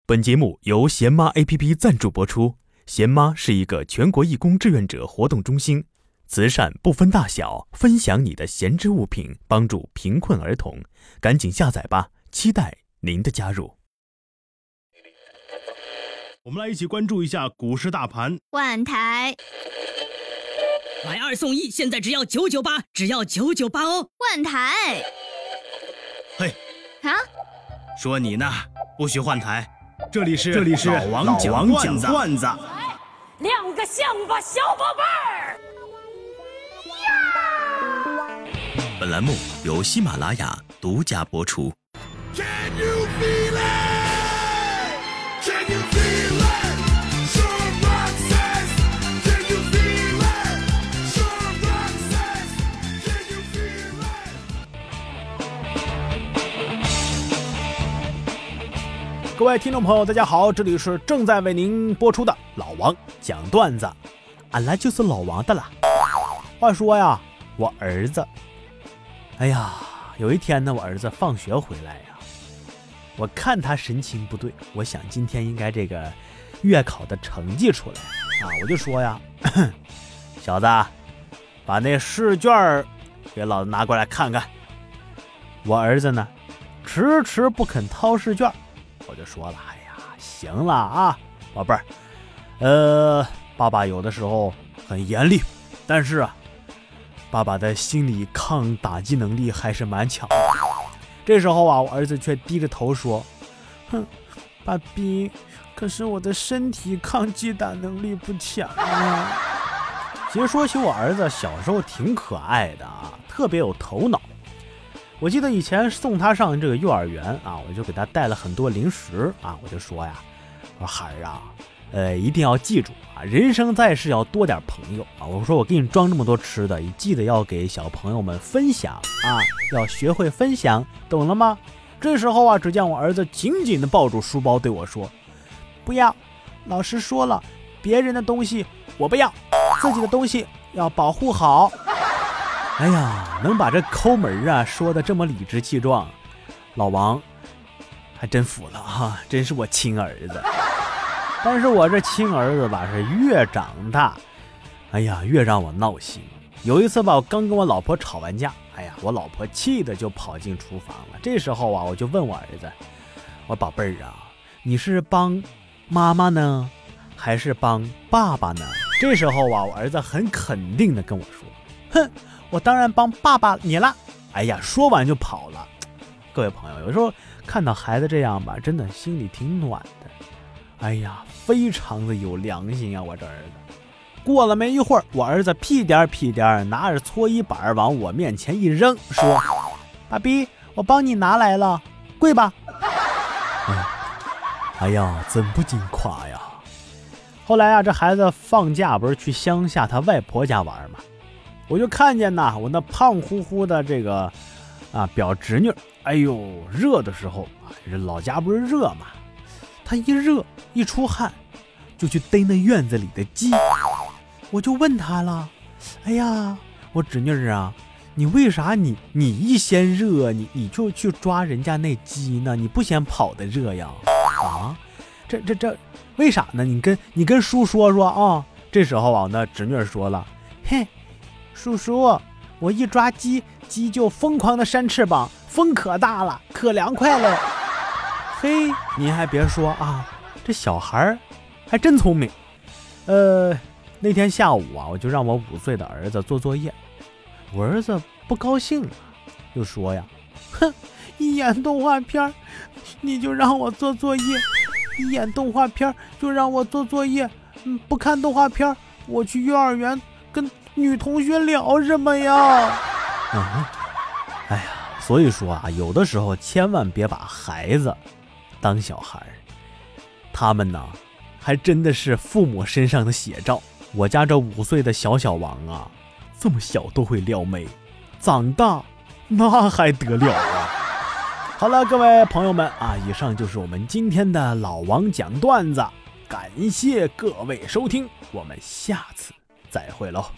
本节目由贤妈 APP 赞助播出。贤妈是一个全国义工志愿者活动中心，慈善不分大小，分享你的闲置物品，帮助贫困儿童。赶紧下载吧，期待您的加入。 我们来一起关注一下股市大盘。 万台买2送1，现在只要998，只要998哦。 万台， 嘿， 啊， 说你呢，不许换台。这里是老王讲段子。 亮个相吧，小宝贝儿！ 本栏目由喜马拉雅独家播出。 各位听众朋友大家好，这里是正在为您播出的老王讲段子，俺来就是老王的啦。话说呀，我儿子，有一天呢，我儿子放学回来呀，我看他神情不对，我想今天应该这个月考的成绩出来啊，我就说呀，小子，把那试卷给老子拿过来看看。我儿子呢，迟迟不肯掏试卷，我就说了，行了啊，宝贝儿，爸爸有的时候很严厉，但是啊，爸爸的心理抗打击能力还是蛮强的。这时候啊，我儿子却低着头说，爸比，可是我的身体抗击打能力不强啊。其实说起我儿子小时候挺可爱的啊，特别有头脑。我记得以前送他上这个幼儿园啊，我就给他带了很多零食啊，我就说呀，我说孩儿啊，一定要记住啊，人生在世要多点朋友啊。我说我给你装这么多吃的，你记得要给小朋友们分享啊，要学会分享，懂了吗？这时候啊，只见我儿子紧紧地抱住书包对我说，不要，老师说了，别人的东西我不要，自己的东西要保护好。能把这抠门啊说的这么理直气壮，老王还真服了啊，真是我亲儿子。但是我这亲儿子吧，是越长大，越让我闹心。有一次吧，我刚跟我老婆吵完架，我老婆气的就跑进厨房了。这时候啊，我就问我儿子，我宝贝儿啊，你是帮妈妈呢，还是帮爸爸呢？这时候啊，我儿子很肯定的跟我说，哼，我当然帮爸爸你了。说完就跑了。各位朋友，有时候看到孩子这样吧，真的心里挺暖的。非常的有良心啊，我这儿子。过了没一会儿，我儿子屁颠屁颠拿着搓衣板往我面前一扔，说，爸比，我帮你拿来了，跪吧。真不禁夸呀。后来啊，这孩子放假不是去乡下他外婆家玩吗？我就看见呐，我那胖乎乎的这个表侄女，热的时候啊，老家不是热嘛，她一热一出汗，就去逮那院子里的鸡。我就问她了，我侄女啊，你为啥你一嫌热，你就去抓人家那鸡呢？你不嫌跑得热呀？这为啥呢？你跟叔说说啊。这时候啊，那侄女说了，嘿，叔叔，我一抓鸡就疯狂的扇翅膀，风可大了，可凉快了。嘿，您还别说啊，这小孩还真聪明。那天下午啊，我就让我5岁的儿子做作业，我儿子不高兴了，就说呀，哼，一演动画片你就让我做作业，一演动画片就让我做作业，不看动画片我去幼儿园跟女同学聊什么呀？所以说啊，有的时候千万别把孩子当小孩，他们呢还真的是父母身上的写照。我家这5岁的小王啊，这么小都会撩妹，长大那还得了啊。好了，各位朋友们啊，以上就是我们今天的老王讲段子，感谢各位收听，我们下次再会喽。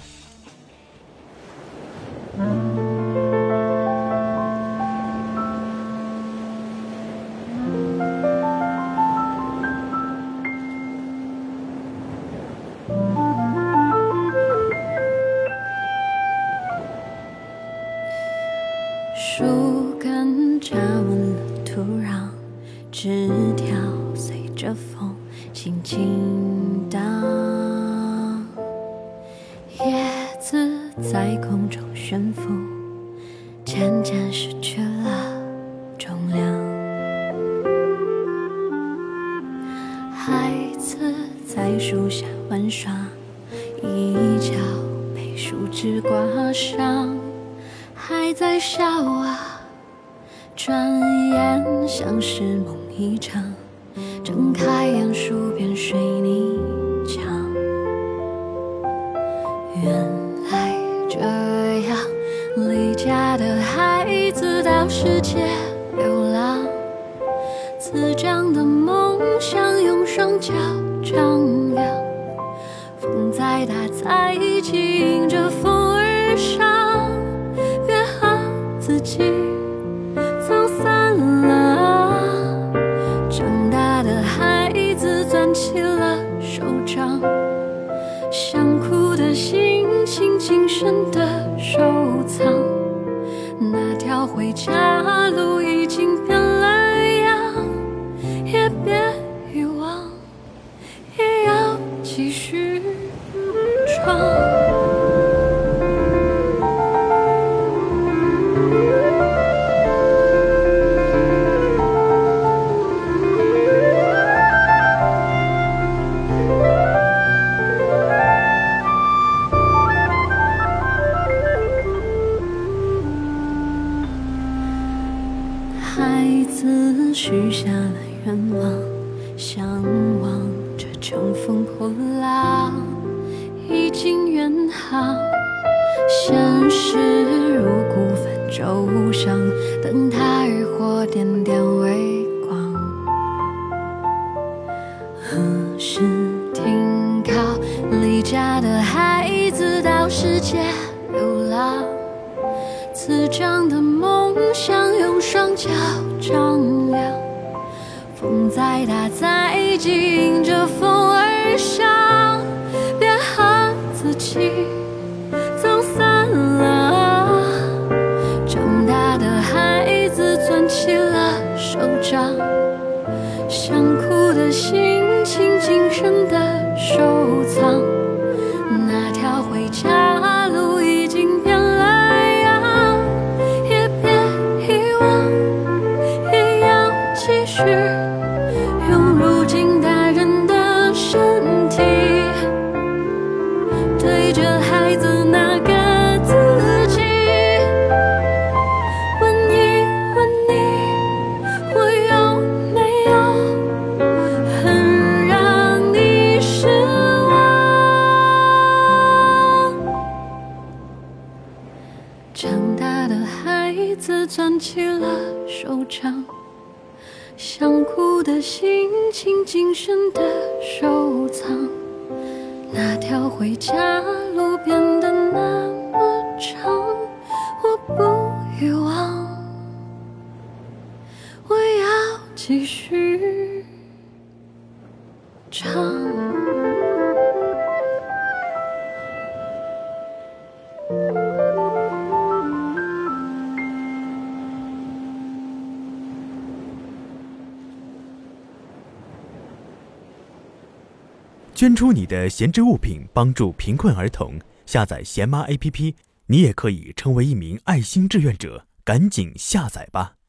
条随着风轻轻荡，叶子在空中悬浮，渐渐失去了重量。孩子在树下玩耍，一角被树枝刮伤，还在笑啊，转眼像是梦一场，睁开眼数遍水泥墙。原来这样，离家的孩子到世界流浪，滋长的梦想用双脚丈量，风再大再急迎着风而上，别和自己走散了。长大的孩子攥起了手掌，想哭的心情谨慎的收藏，那条回家路已经变了样，也别遗忘，也要继续闯。孩子许下了愿望，向往着乘风破浪，已经远航。现实如孤帆舟上，灯塔渔火点点微光。何时停靠？离家的孩子到世界流浪，滋长的梦想用双脚丈量，风再大再急迎着风而上，别和自己走散了。长大的孩子攥起了手掌，想哭的心情谨慎的收藏，那条回家路已经变了样，也别遗忘，也要继续用如今大人的身体，对着孩子那个自己，问一问你，我有没有很让你失望？长大的孩子攥起了手掌，想哭的心情谨慎的收藏，那条回家路变得那么长，我不遗忘，我要继续唱。 捐出你的闲置物品，帮助贫困儿童。下载闲妈 APP， 你也可以成为一名爱心志愿者，赶紧下载吧。